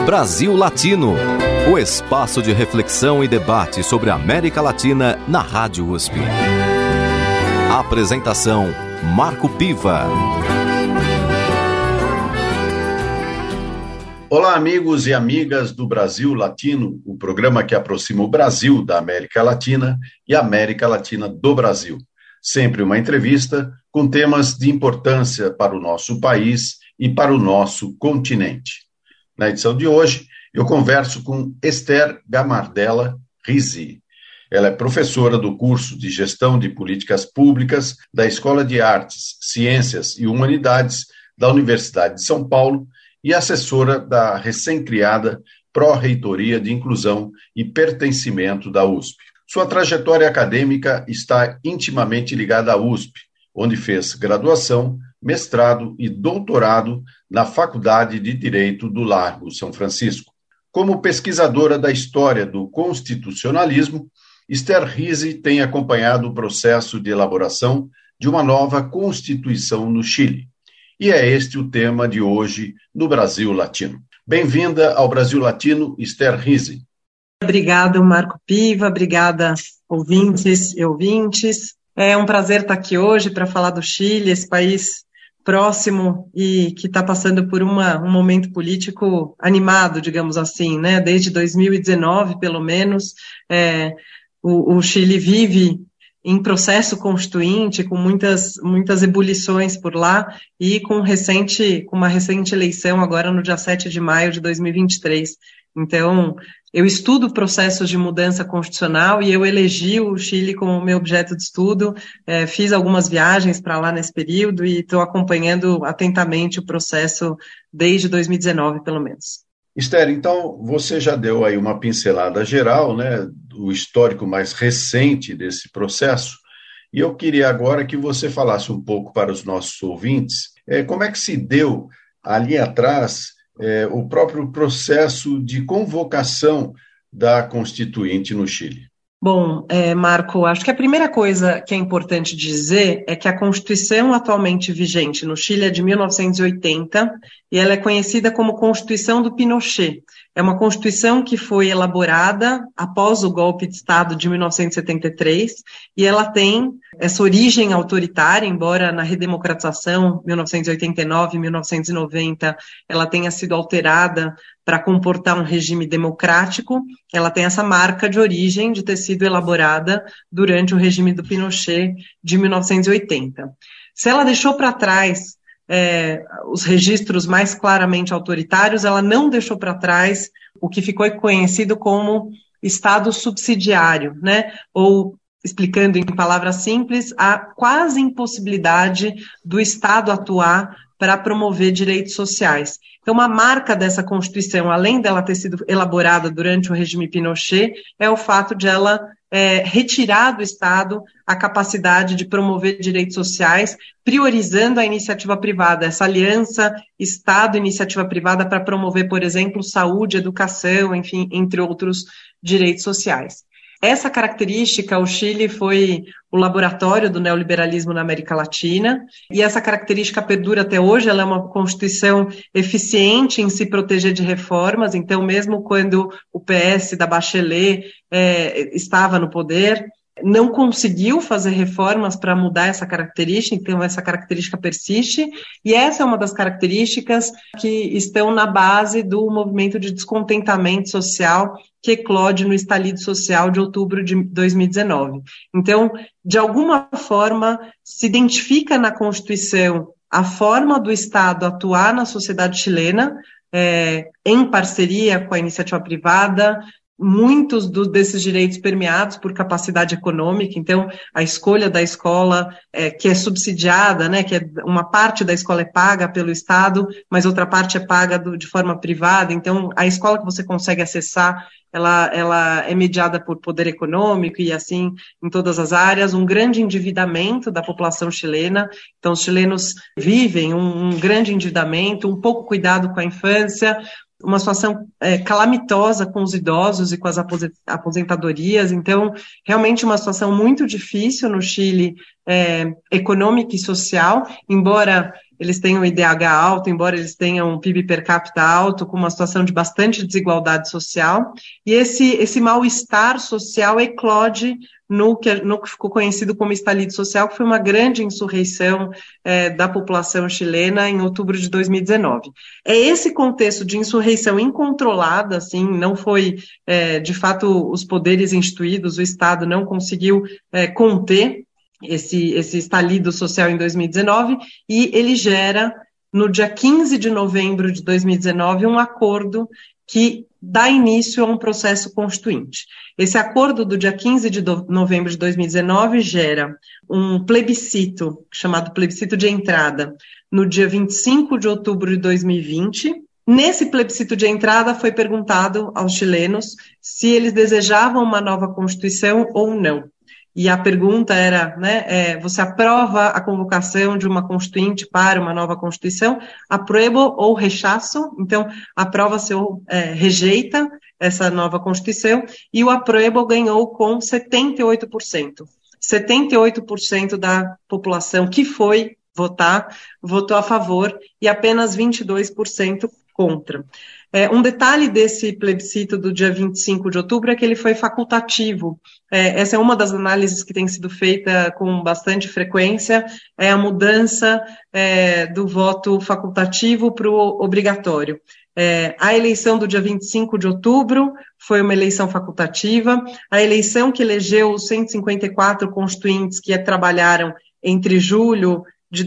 Brasil Latino, o espaço de reflexão e debate sobre a América Latina na Rádio USP. Apresentação: Marco Piva. Olá, amigos e amigas do Brasil Latino, o programa que aproxima o Brasil da América Latina e a América Latina do Brasil. Sempre uma entrevista com temas de importância para o nosso país e para o nosso continente. Na edição de hoje, eu converso com Esther Gamardella Rizzi. Ela é professora do curso de Gestão de Políticas Públicas da Escola de Artes, Ciências e Humanidades da Universidade de São Paulo e assessora da recém-criada Pró-Reitoria de Inclusão e Pertencimento da USP. Sua trajetória acadêmica está intimamente ligada à USP, onde fez graduação, mestrado e doutorado na Faculdade de Direito do Largo São Francisco. Como pesquisadora da história do constitucionalismo, Esther Rizzi tem acompanhado o processo de elaboração de uma nova Constituição no Chile. E é este o tema de hoje no Brasil Latino. Bem-vinda ao Brasil Latino, Esther Rizzi. Obrigada, Marco Piva, obrigada, ouvintes e ouvintes. É um prazer estar aqui hoje para falar do Chile, esse país próximo e que está passando por um momento político animado, digamos assim, né? Desde 2019, pelo menos, o Chile vive em processo constituinte, com muitas ebulições por lá, e com uma recente eleição agora no dia 7 de maio de 2023. Então, eu estudo processos de mudança constitucional e eu elegi o Chile como meu objeto de estudo, fiz algumas viagens para lá nesse período e estou acompanhando atentamente o processo desde 2019, pelo menos. Esther, então, você já deu aí uma pincelada geral, né, do histórico mais recente desse processo, e eu queria agora que você falasse um pouco para os nossos ouvintes, como é que se deu ali atrás o próprio processo de convocação da Constituinte no Chile. Bom, Marco, acho que a primeira coisa que é importante dizer é que a Constituição atualmente vigente no Chile é de 1980 e ela é conhecida como Constituição do Pinochet. É uma Constituição que foi elaborada após o golpe de Estado de 1973 e ela tem essa origem autoritária, embora na redemocratização 1989 e 1990 ela tenha sido alterada para comportar um regime democrático, ela tem essa marca de origem de ter sido elaborada durante o regime do Pinochet de 1980. Se ela deixou para trás os registros mais claramente autoritários, ela não deixou para trás o que ficou conhecido como Estado subsidiário, né? Ou, explicando em palavras simples, a quase impossibilidade do Estado atuar para promover direitos sociais. Então, uma marca dessa Constituição, além dela ter sido elaborada durante o regime Pinochet, é o fato de ela retirar do Estado a capacidade de promover direitos sociais, priorizando a iniciativa privada, essa aliança Estado-iniciativa privada para promover, por exemplo, saúde, educação, enfim, entre outros direitos sociais. Essa característica, o Chile foi o laboratório do neoliberalismo na América Latina, e essa característica perdura até hoje. Ela é uma Constituição eficiente em se proteger de reformas, então mesmo quando o PS da Bachelet estava no poder, não conseguiu fazer reformas para mudar essa característica, então essa característica persiste, e essa é uma das características que estão na base do movimento de descontentamento social que eclode no estalido social de outubro de 2019. Então, de alguma forma, se identifica na Constituição a forma do Estado atuar na sociedade chilena, em parceria com a iniciativa privada, muitos desses direitos permeados por capacidade econômica. Então a escolha da escola que é subsidiada, né, que uma parte da escola é paga pelo Estado, mas outra parte é paga de forma privada. Então a escola que você consegue acessar, ela é mediada por poder econômico e assim em todas as áreas, um grande endividamento da população chilena. Então os chilenos vivem um grande endividamento, um pouco cuidado com a infância, uma situação calamitosa com os idosos e com as aposentadorias. Então, realmente uma situação muito difícil no Chile, econômica e social, embora eles têm um IDH alto, embora eles tenham um PIB per capita alto, com uma situação de bastante desigualdade social, e esse mal-estar social eclode no que ficou conhecido como estalido social, que foi uma grande insurreição da população chilena em outubro de 2019. É esse contexto de insurreição incontrolada, assim, não foi, de fato, os poderes instituídos, o Estado não conseguiu conter esse estalido social em 2019, e ele gera, no dia 15 de novembro de 2019, um acordo que dá início a um processo constituinte. Esse acordo do dia 15 de novembro de 2019 gera um plebiscito, chamado plebiscito de entrada, no dia 25 de outubro de 2020. Nesse plebiscito de entrada foi perguntado aos chilenos se eles desejavam uma nova Constituição ou não. E a pergunta era, você aprova a convocação de uma constituinte para uma nova Constituição? Apruebo ou rechaço? Então, aprova-se ou rejeita essa nova Constituição, e o apruebo ganhou com 78%. 78% da população que foi votar, votou a favor, e apenas 22% contra. Um detalhe desse plebiscito do dia 25 de outubro é que ele foi facultativo. Essa é uma das análises que tem sido feita com bastante frequência, é a mudança do voto facultativo para o obrigatório. A eleição do dia 25 de outubro foi uma eleição facultativa, a eleição que elegeu os 154 constituintes que trabalharam entre julho de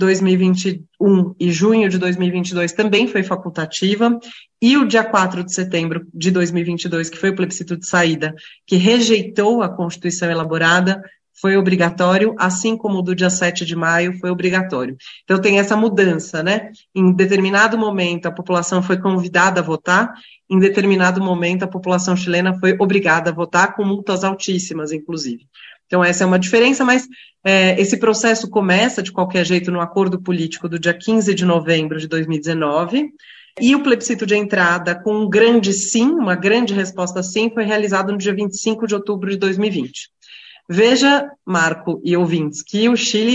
2021 e junho de 2022 também foi facultativa, e o dia 4 de setembro de 2022, que foi o plebiscito de saída, que rejeitou a Constituição elaborada, foi obrigatório, assim como o do dia 7 de maio foi obrigatório. Então tem essa mudança, Em determinado momento a população foi convidada a votar, em determinado momento a população chilena foi obrigada a votar, com multas altíssimas, inclusive. Então essa é uma diferença, mas esse processo começa, de qualquer jeito, no acordo político do dia 15 de novembro de 2019, e o plebiscito de entrada, com um grande sim, uma grande resposta sim, foi realizado no dia 25 de outubro de 2020. Veja, Marco e ouvintes, que o Chile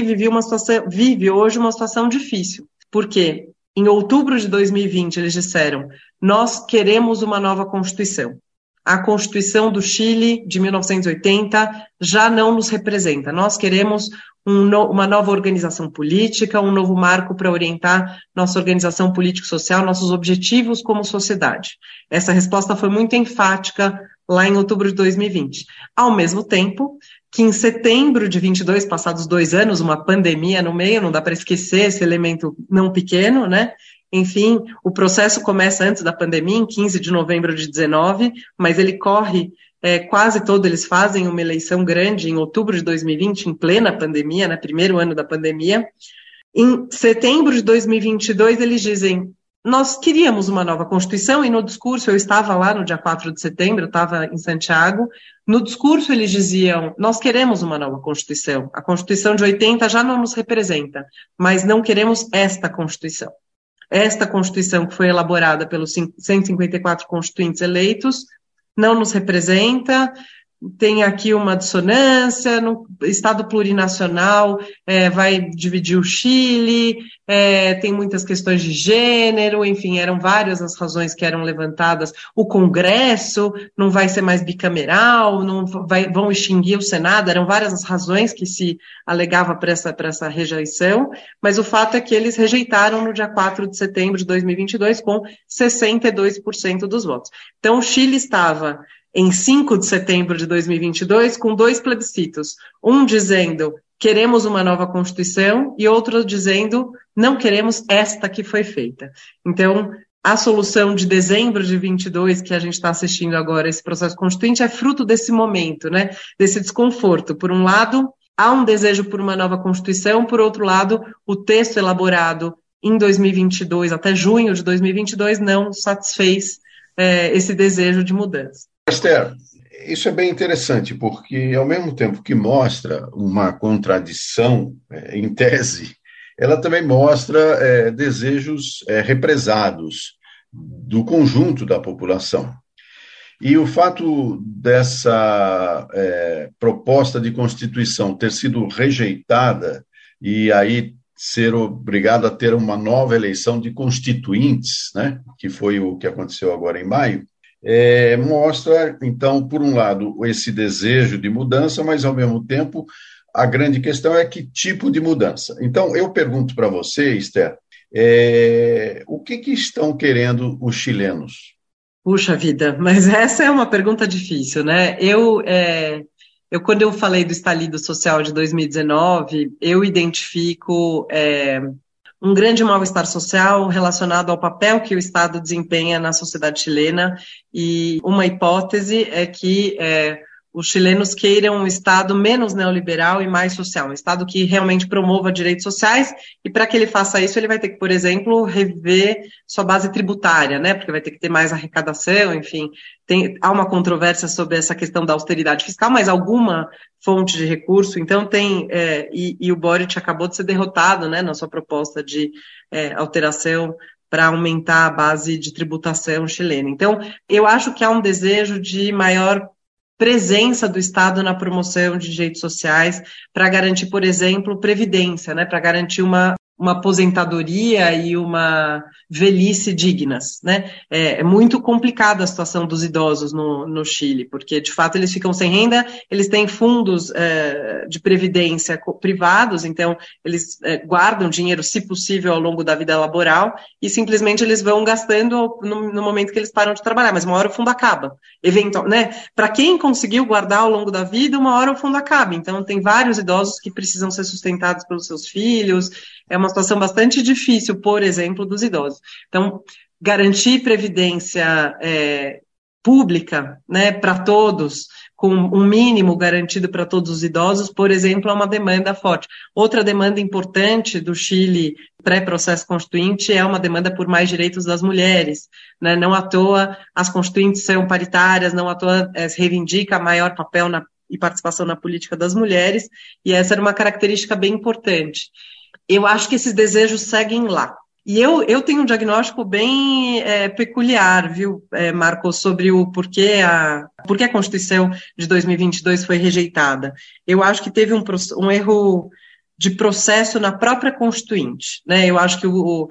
vive hoje uma situação difícil, porque em outubro de 2020 eles disseram: nós queremos uma nova Constituição. A Constituição do Chile de 1980 já não nos representa. Nós queremos uma nova organização política, um novo marco para orientar nossa organização político-social, nossos objetivos como sociedade. Essa resposta foi muito enfática lá em outubro de 2020. Ao mesmo tempo que em setembro de 22, passados 2 anos, uma pandemia no meio, não dá para esquecer esse elemento não pequeno, Enfim, o processo começa antes da pandemia, em 15 de novembro de 19, mas ele corre quase todo, eles fazem uma eleição grande em outubro de 2020, em plena pandemia, primeiro ano da pandemia. Em setembro de 2022, eles dizem: nós queríamos uma nova Constituição, e no discurso, eu estava lá no dia 4 de setembro, eu estava em Santiago, no discurso eles diziam: nós queremos uma nova Constituição, a Constituição de 80 já não nos representa, mas não queremos esta Constituição. Esta Constituição que foi elaborada pelos 154 constituintes eleitos não nos representa, tem aqui uma dissonância, no Estado plurinacional vai dividir o Chile, tem muitas questões de gênero, enfim, eram várias as razões que eram levantadas. O Congresso não vai ser mais bicameral, vão extinguir o Senado, eram várias as razões que se alegava para essa rejeição, mas o fato é que eles rejeitaram no dia 4 de setembro de 2022 com 62% dos votos. Então o Chile estava em 5 de setembro de 2022, com 2 plebiscitos, um dizendo: queremos uma nova Constituição, e outro dizendo: não queremos esta que foi feita. Então, a solução de dezembro de 22, que a gente está assistindo agora, esse processo constituinte, é fruto desse momento, desse desconforto. Por um lado, há um desejo por uma nova Constituição, por outro lado, o texto elaborado em 2022, até junho de 2022, não satisfez esse desejo de mudança. Esther, isso é bem interessante, porque ao mesmo tempo que mostra uma contradição em tese, ela também mostra desejos represados do conjunto da população. E o fato dessa proposta de Constituição ter sido rejeitada, e aí ser obrigado a ter uma nova eleição de constituintes, né, que foi o que aconteceu agora em maio, mostra, então, por um lado, esse desejo de mudança, mas, ao mesmo tempo, a grande questão é que tipo de mudança. Então, eu pergunto para você, Esther, o que estão querendo os chilenos? Puxa vida, mas essa é uma pergunta difícil, né? Quando eu falei do estalido social de 2019, eu identifico um grande mal-estar social relacionado ao papel que o Estado desempenha na sociedade chilena, e uma hipótese é que os chilenos queiram um Estado menos neoliberal e mais social, um Estado que realmente promova direitos sociais, e para que ele faça isso, ele vai ter que, por exemplo, rever sua base tributária, né, porque vai ter que ter mais arrecadação, enfim, há uma controvérsia sobre essa questão da austeridade fiscal, mas alguma fonte de recurso, então e o Boric acabou de ser derrotado, né, na sua proposta de alteração para aumentar a base de tributação chilena. Então, eu acho que há um desejo de maior presença do Estado na promoção de direitos sociais para garantir, por exemplo, previdência, né, para garantir uma aposentadoria e uma velhice dignas, né? É muito complicada a situação dos idosos no Chile, porque, de fato, eles ficam sem renda, eles têm fundos de previdência privados, então eles guardam dinheiro, se possível, ao longo da vida laboral, e simplesmente eles vão gastando no momento que eles param de trabalhar, mas uma hora o fundo acaba. Né? Para quem conseguiu guardar ao longo da vida, uma hora o fundo acaba. Então, tem vários idosos que precisam ser sustentados pelos seus filhos. É uma situação bastante difícil, por exemplo, dos idosos. Então, garantir previdência pública, né, para todos, com um mínimo garantido para todos os idosos, por exemplo, é uma demanda forte. Outra demanda importante do Chile pré-processo constituinte é uma demanda por mais direitos das mulheres, né? Não à toa as constituintes são paritárias, não à toa se reivindica maior papel e participação na política das mulheres, e essa era uma característica bem importante. Eu acho que esses desejos seguem lá. E eu tenho um diagnóstico bem peculiar, viu, Marcos, sobre o porquê a Constituição de 2022 foi rejeitada. Eu acho que teve um erro de processo na própria Constituinte, né? Eu acho que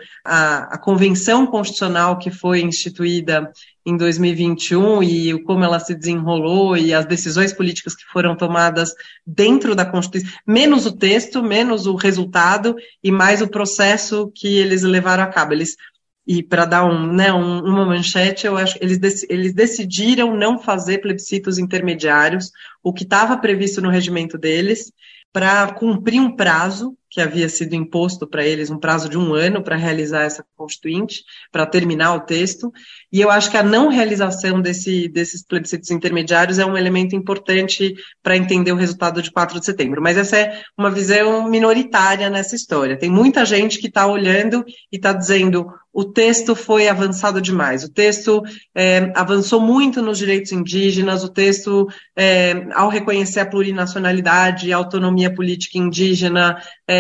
a Convenção Constitucional que foi instituída em 2021 e como ela se desenrolou e as decisões políticas que foram tomadas dentro da Constituição, menos o texto, menos o resultado e mais o processo que eles levaram a cabo. E para dar uma manchete, eu acho que eles decidiram não fazer plebiscitos intermediários, o que estava previsto no regimento deles, para cumprir um prazo que havia sido imposto para eles, um prazo de 1 ano para realizar essa constituinte, para terminar o texto, e eu acho que a não realização desses plebiscitos intermediários é um elemento importante para entender o resultado de 4 de setembro, mas essa é uma visão minoritária nessa história. Tem muita gente que está olhando e está dizendo o texto foi avançado demais, o texto avançou muito nos direitos indígenas, o texto, ao reconhecer a plurinacionalidade e a autonomia política indígena,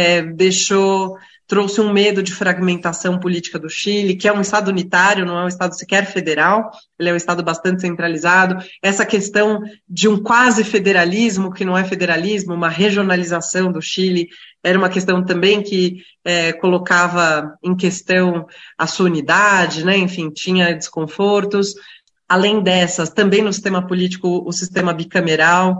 trouxe um medo de fragmentação política do Chile, que é um Estado unitário, não é um Estado sequer federal, ele é um Estado bastante centralizado. Essa questão de um quase federalismo, que não é federalismo, uma regionalização do Chile, era uma questão também que colocava em questão a sua unidade, né? Enfim, tinha desconfortos. Além dessas, também no sistema político, o sistema bicameral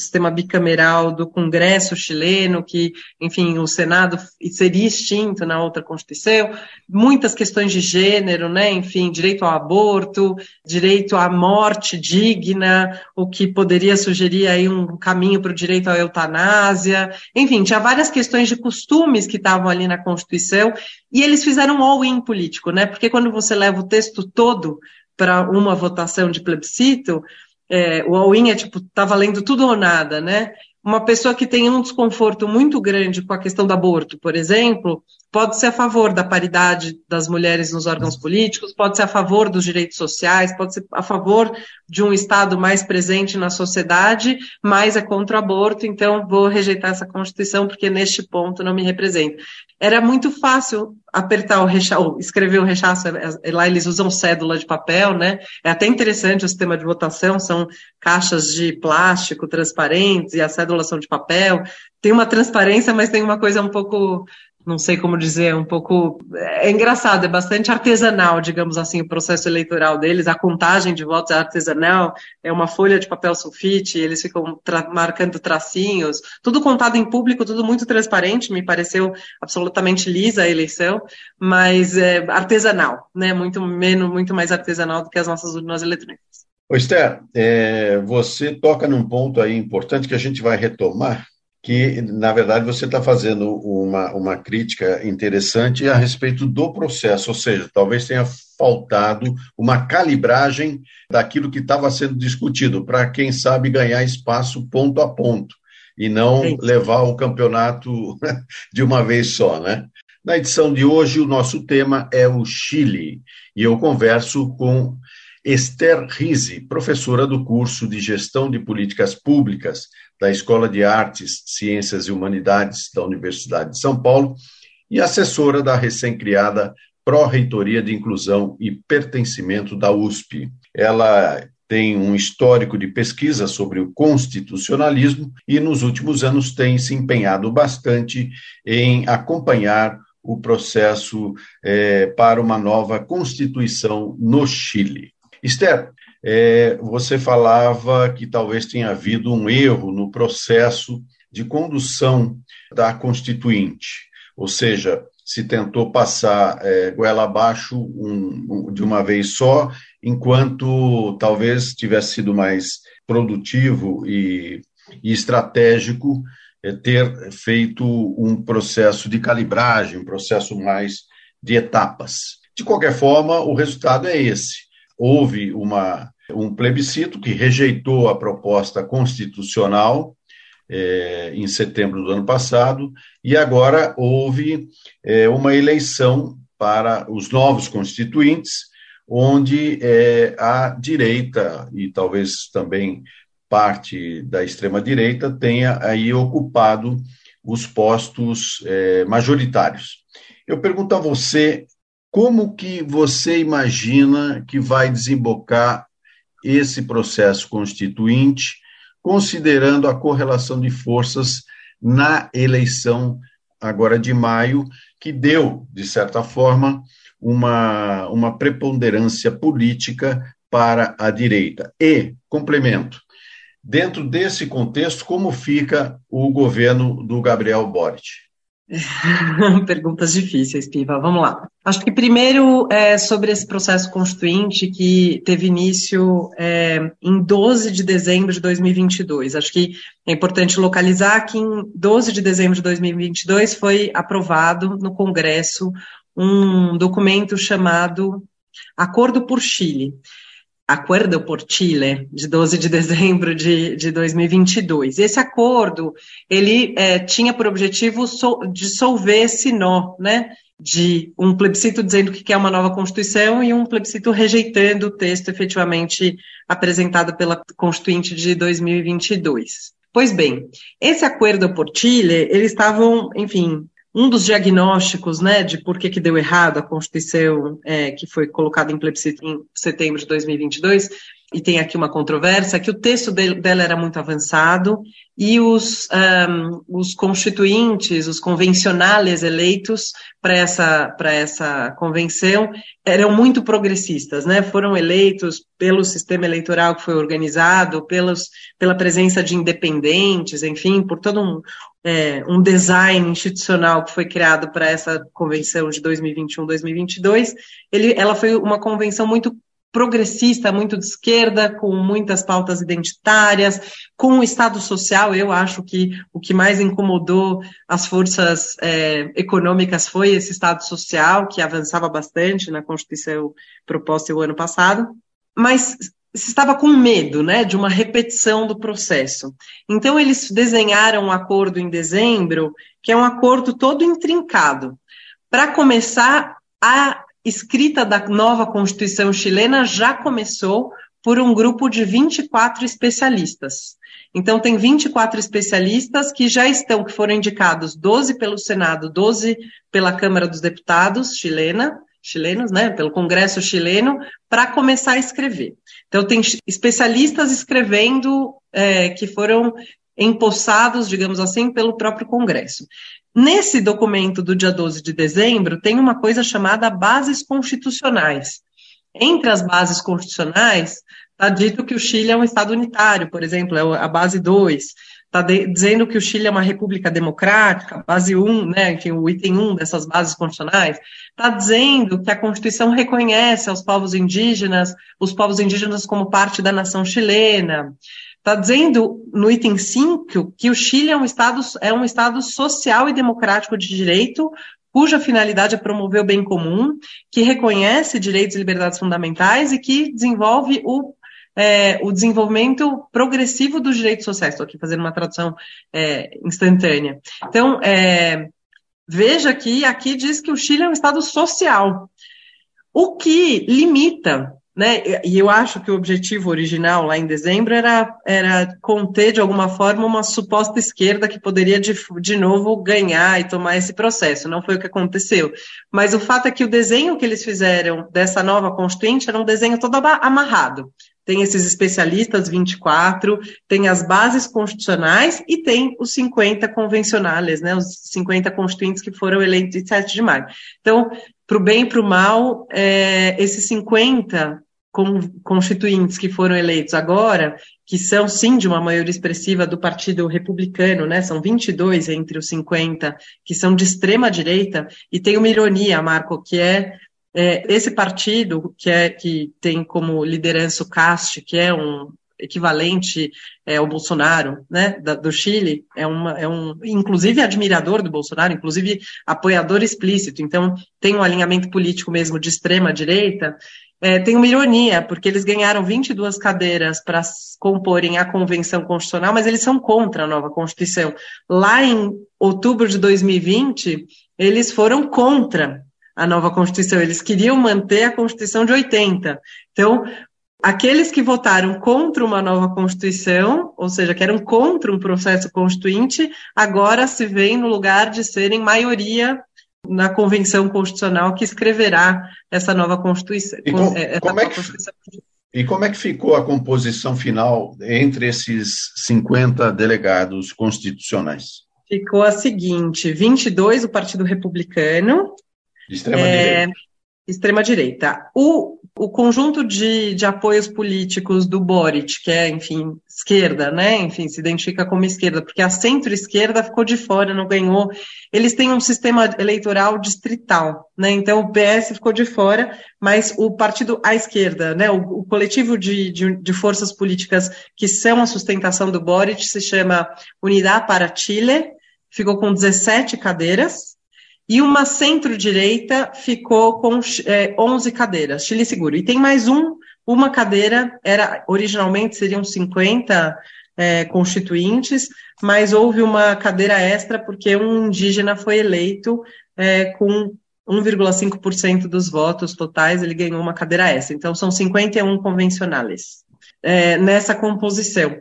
do Congresso chileno, que, enfim, o Senado seria extinto na outra Constituição, muitas questões de gênero, né, enfim, direito ao aborto, direito à morte digna, o que poderia sugerir aí um caminho para o direito à eutanásia, enfim, tinha várias questões de costumes que estavam ali na Constituição, e eles fizeram um all-in político, né, porque quando você leva o texto todo para uma votação de plebiscito, o all-in tá valendo tudo ou nada, né? Uma pessoa que tem um desconforto muito grande com a questão do aborto, por exemplo, pode ser a favor da paridade das mulheres nos órgãos políticos, pode ser a favor dos direitos sociais, pode ser a favor de um Estado mais presente na sociedade, mas é contra o aborto, então vou rejeitar essa Constituição porque neste ponto não me representa. Era muito fácil apertar o rechaço, escrever o rechaço, lá eles usam cédula de papel, né? É até interessante o sistema de votação, são caixas de plástico transparentes e as cédulas são de papel. Tem uma transparência, mas tem uma coisa um pouco não sei como dizer, um pouco... É engraçado, é bastante artesanal, digamos assim, o processo eleitoral deles. A contagem de votos é artesanal, é uma folha de papel sulfite, eles ficam marcando tracinhos, tudo contado em público, tudo muito transparente, me pareceu absolutamente lisa a eleição, mas é artesanal, né? Muito mais artesanal do que as nossas urnas eletrônicas. Ô Esther, você toca num ponto aí importante que a gente vai retomar, que, na verdade, você está fazendo uma crítica interessante a respeito do processo, ou seja, talvez tenha faltado uma calibragem daquilo que estava sendo discutido, para, quem sabe, ganhar espaço ponto a ponto, e não levar o campeonato de uma vez só, né? Na edição de hoje, o nosso tema é o Chile, e eu converso com Esther Rizzi, professora do curso de Gestão de Políticas Públicas da Escola de Artes, Ciências e Humanidades da Universidade de São Paulo e assessora da recém-criada Pró-Reitoria de Inclusão e Pertencimento da USP. Ela tem um histórico de pesquisa sobre o constitucionalismo e, nos últimos anos, tem se empenhado bastante em acompanhar o processo para uma nova Constituição no Chile. Esther, você falava que talvez tenha havido um erro no processo de condução da Constituinte, ou seja, se tentou passar goela abaixo de uma vez só, enquanto talvez tivesse sido mais produtivo e estratégico ter feito um processo de calibragem, um processo mais de etapas. De qualquer forma, o resultado é esse. Houve um plebiscito que rejeitou a proposta constitucional em setembro do ano passado, e agora houve uma eleição para os novos constituintes, onde a direita, e talvez também parte da extrema-direita, tenha aí ocupado os postos majoritários. Eu pergunto a você, como que você imagina que vai desembocar esse processo constituinte, considerando a correlação de forças na eleição agora de maio, que deu, de certa forma, uma preponderância política para a direita? E, complemento, dentro desse contexto, como fica o governo do Gabriel Boric? Perguntas difíceis, Piva. Vamos lá. Acho que primeiro sobre esse processo constituinte que teve início em 12 de dezembro de 2022. Acho que é importante localizar que em 12 de dezembro de 2022 foi aprovado no Congresso um documento chamado Acordo por Chile. Acordo por Chile, de 12 de dezembro de 2022. Esse acordo, ele tinha por objetivo dissolver esse nó, né, de um plebiscito dizendo que quer uma nova Constituição e um plebiscito rejeitando o texto efetivamente apresentado pela Constituinte de 2022. Pois bem, esse Acordo por Chile, eles estavam, enfim... Um dos diagnósticos, né, de por que deu errado a Constituição que foi colocada em plebiscito em setembro de 2022, e tem aqui uma controvérsia, que o texto dela era muito avançado e os constituintes, os convencionais eleitos para essa convenção eram muito progressistas, né? Foram eleitos pelo sistema eleitoral que foi organizado, pela presença de independentes, enfim, por todo um design institucional que foi criado para essa convenção de 2021-2022, ela foi uma convenção muito progressista, muito de esquerda, com muitas pautas identitárias, com o Estado social. Eu acho que o que mais incomodou as forças econômicas foi esse Estado social, que avançava bastante na Constituição proposta o ano passado, mas se estava com medo, né, de uma repetição do processo. Então, eles desenharam um acordo em dezembro, que é um acordo todo intrincado. Para começar, a escrita da nova Constituição chilena já começou por um grupo de 24 especialistas. Então, tem 24 especialistas que que foram indicados, 12 pelo Senado, 12 pela Câmara dos Deputados chilenos, né, pelo Congresso chileno, para começar a escrever. Então, tem especialistas escrevendo que foram empossados, digamos assim, pelo próprio Congresso. Nesse documento do dia 12 de dezembro, tem uma coisa chamada bases constitucionais. Entre as bases constitucionais, está dito que o Chile é um Estado unitário, por exemplo, é a base 2. Está dizendo que o Chile é uma república democrática, base 1, né, enfim, o item 1 dessas bases constitucionais. Está dizendo que a Constituição reconhece aos povos indígenas, os povos indígenas como parte da nação chilena. Está dizendo, no item 5, que o Chile é um estado social e democrático de direito, cuja finalidade é promover o bem comum, que reconhece direitos e liberdades fundamentais e que desenvolve o desenvolvimento progressivo dos direitos sociais. Estou aqui fazendo uma tradução instantânea. Então, veja que aqui diz que o Chile é um estado social, o que limita, né, e eu acho que o objetivo original lá em dezembro era conter de alguma forma uma suposta esquerda que poderia de novo ganhar e tomar esse processo. Não foi o que aconteceu. Mas o fato é que o desenho que eles fizeram dessa nova Constituinte era um desenho todo amarrado. Tem esses especialistas 24, tem as bases constitucionais e tem os 50 convencionais, né, os 50 constituintes que foram eleitos em 7 de maio. Então, para o bem e para o mal, esses 50 constituintes que foram eleitos agora, que são, sim, de uma maioria expressiva do Partido Republicano, né, são 22 entre os 50 que são de extrema-direita, e tem uma ironia, Marco, que esse partido, que tem como liderança o Cast, que é um equivalente ao Bolsonaro, né, do Chile, inclusive admirador do Bolsonaro, inclusive apoiador explícito, então tem um alinhamento político mesmo de extrema-direita. Tem uma ironia, porque eles ganharam 22 cadeiras para comporem a Convenção Constitucional, mas eles são contra a nova Constituição. Lá em outubro de 2020, eles foram contra a nova Constituição, eles queriam manter a Constituição de 80. Então, aqueles que votaram contra uma nova Constituição, ou seja, que eram contra um processo constituinte, agora se veem no lugar de serem maioria na Convenção Constitucional que escreverá essa nova Constituição. E como é que ficou a composição final entre esses 50 delegados constitucionais? Ficou a seguinte: 22 o Partido Republicano, de extrema-direita. Extrema-direita. O conjunto de apoios políticos do Boric, que é, enfim, esquerda, né? Enfim, se identifica como esquerda, porque a centro-esquerda ficou de fora, não ganhou. Eles têm um sistema eleitoral distrital, né? Então o PS ficou de fora, mas o partido à esquerda, né? O coletivo de forças políticas que são a sustentação do Boric se chama Unidad para Chile, ficou com 17 cadeiras. E uma centro-direita ficou com 11 cadeiras, Chile Seguro. E tem mais uma cadeira, originalmente seriam 50 constituintes, mas houve uma cadeira extra porque um indígena foi eleito com 1,5% dos votos totais, ele ganhou uma cadeira extra. Então, são 51 convencionais nessa composição.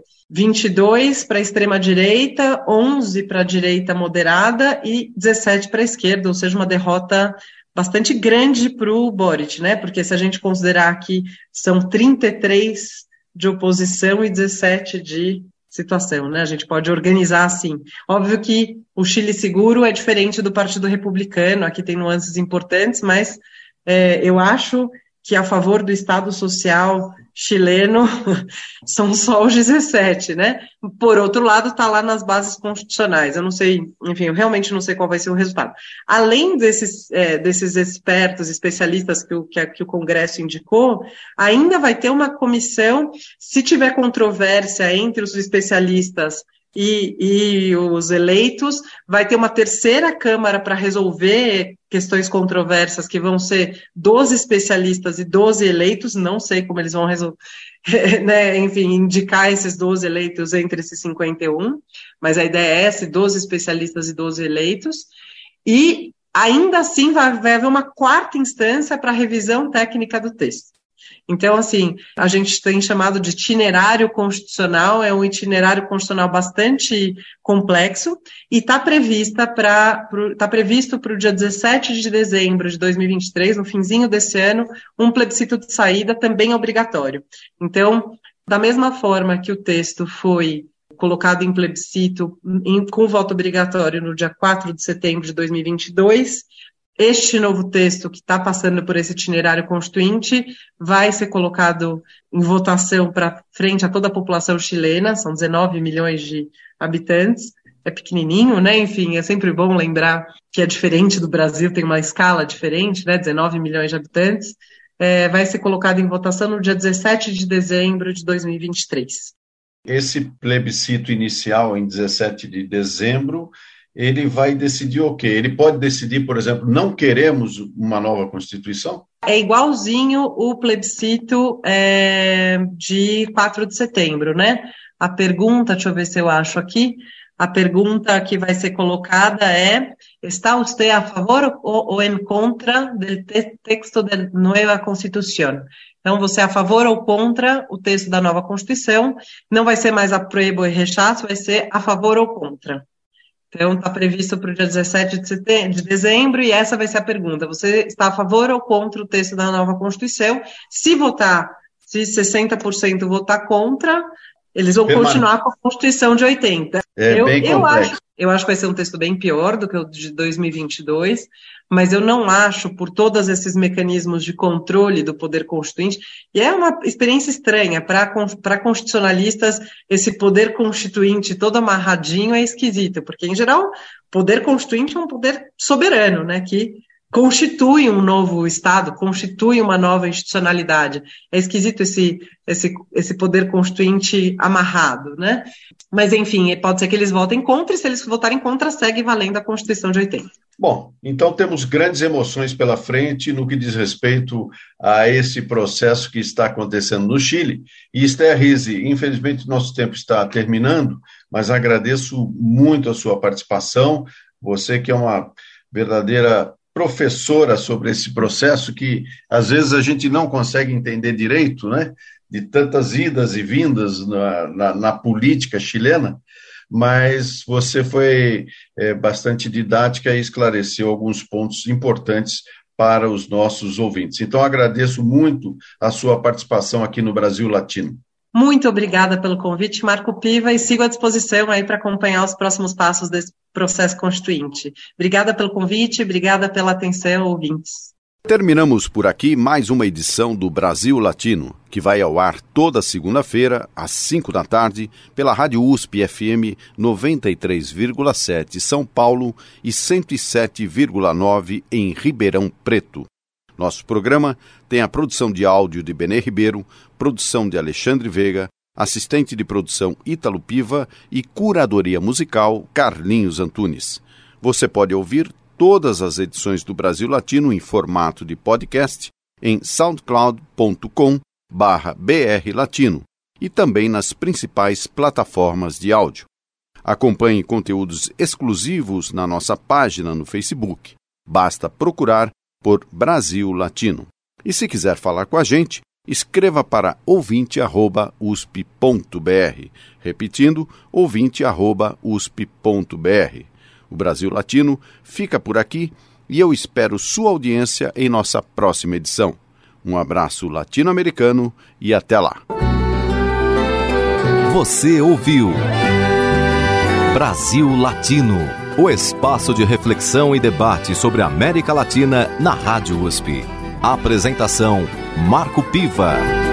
22 para a extrema-direita, 11 para a direita moderada e 17 para a esquerda, ou seja, uma derrota bastante grande para o Boric, né? Porque se a gente considerar que são 33 de oposição e 17 de situação, né? A gente pode organizar assim. Óbvio que o Chile Seguro é diferente do Partido Republicano, aqui tem nuances importantes, mas eu acho que a favor do Estado Social chileno são só os 17, né? Por outro lado, está lá nas bases constitucionais. Eu não sei, enfim, eu realmente não sei qual vai ser o resultado. Além desses expertos, especialistas que o Congresso indicou, ainda vai ter uma comissão, se tiver controvérsia entre os especialistas e os eleitos, vai ter uma terceira Câmara para resolver questões controversas, que vão ser 12 especialistas e 12 eleitos, não sei como eles vão resolver, né, enfim, indicar esses 12 eleitos entre esses 51, mas a ideia é essa, 12 especialistas e 12 eleitos, e ainda assim vai haver uma quarta instância para revisão técnica do texto. Então, assim, a gente tem chamado de itinerário constitucional, é um itinerário constitucional bastante complexo e está previsto para o dia 17 de dezembro de 2023, no finzinho desse ano, um plebiscito de saída também obrigatório. Então, da mesma forma que o texto foi colocado em plebiscito com voto obrigatório no dia 4 de setembro de 2022. Este novo texto, que está passando por esse itinerário constituinte, vai ser colocado em votação para frente a toda a população chilena, são 19 milhões de habitantes, é pequenininho, né? Enfim, é sempre bom lembrar que é diferente do Brasil, tem uma escala diferente, né? 19 milhões de habitantes. Vai ser colocado em votação no dia 17 de dezembro de 2023. Esse plebiscito inicial, em 17 de dezembro, ele vai decidir o quê? Ele pode decidir, por exemplo, não queremos uma nova Constituição? É igualzinho o plebiscito de 4 de setembro, né? A pergunta, deixa eu ver se eu acho aqui, a pergunta que vai ser colocada é: ¿está usted a favor ou en contra del texto da nova Constituição? Então, você é a favor ou contra o texto da nova Constituição? Não vai ser mais apruebo e rechaço, vai ser a favor ou contra. Então, está previsto para o dia 17 de dezembro, e essa vai ser a pergunta: você está a favor ou contra o texto da nova Constituição? Se 60% votar contra, eles vão continuar com a Constituição de 80. Eu acho que vai ser um texto bem pior do que o de 2022, mas eu não acho, por todos esses mecanismos de controle do poder constituinte, e é uma experiência estranha, para constitucionalistas, esse poder constituinte todo amarradinho é esquisito, porque, em geral, o poder constituinte é um poder soberano, né, que constitui um novo Estado, constitui uma nova institucionalidade. É esquisito esse poder constituinte amarrado, né? Mas, enfim, pode ser que eles votem contra, e se eles votarem contra, segue valendo a Constituição de 80. Bom, então temos grandes emoções pela frente no que diz respeito a esse processo que está acontecendo no Chile. E, Esther Rizzi, infelizmente nosso tempo está terminando, mas agradeço muito a sua participação. Você que é uma verdadeira professora sobre esse processo que, às vezes, a gente não consegue entender direito, né? De tantas idas e vindas na política chilena, mas você foi bastante didática e esclareceu alguns pontos importantes para os nossos ouvintes. Então, agradeço muito a sua participação aqui no Brasil Latino. Muito obrigada pelo convite, Marco Piva, e sigo à disposição aí para acompanhar os próximos passos desse processo constituinte. Obrigada pelo convite, obrigada pela atenção, ouvintes. Terminamos por aqui mais uma edição do Brasil Latino, que vai ao ar toda segunda-feira, às 5 da tarde, pela Rádio USP FM 93,7 São Paulo e 107,9 em Ribeirão Preto. Nosso programa tem a produção de áudio de Benê Ribeiro, produção de Alexandre Veiga, assistente de produção Ítalo Piva e curadoria musical Carlinhos Antunes. Você pode ouvir todas as edições do Brasil Latino em formato de podcast em soundcloud.com/brlatino e também nas principais plataformas de áudio. Acompanhe conteúdos exclusivos na nossa página no Facebook. Basta procurar por Brasil Latino. E se quiser falar com a gente, escreva para ouvinte@usp.br. Repetindo, ouvinte@usp.br. O Brasil Latino fica por aqui e eu espero sua audiência em nossa próxima edição. Um abraço latino-americano e até lá. Você ouviu Brasil Latino, o espaço de reflexão e debate sobre a América Latina na Rádio USP. Apresentação: Marco Piva.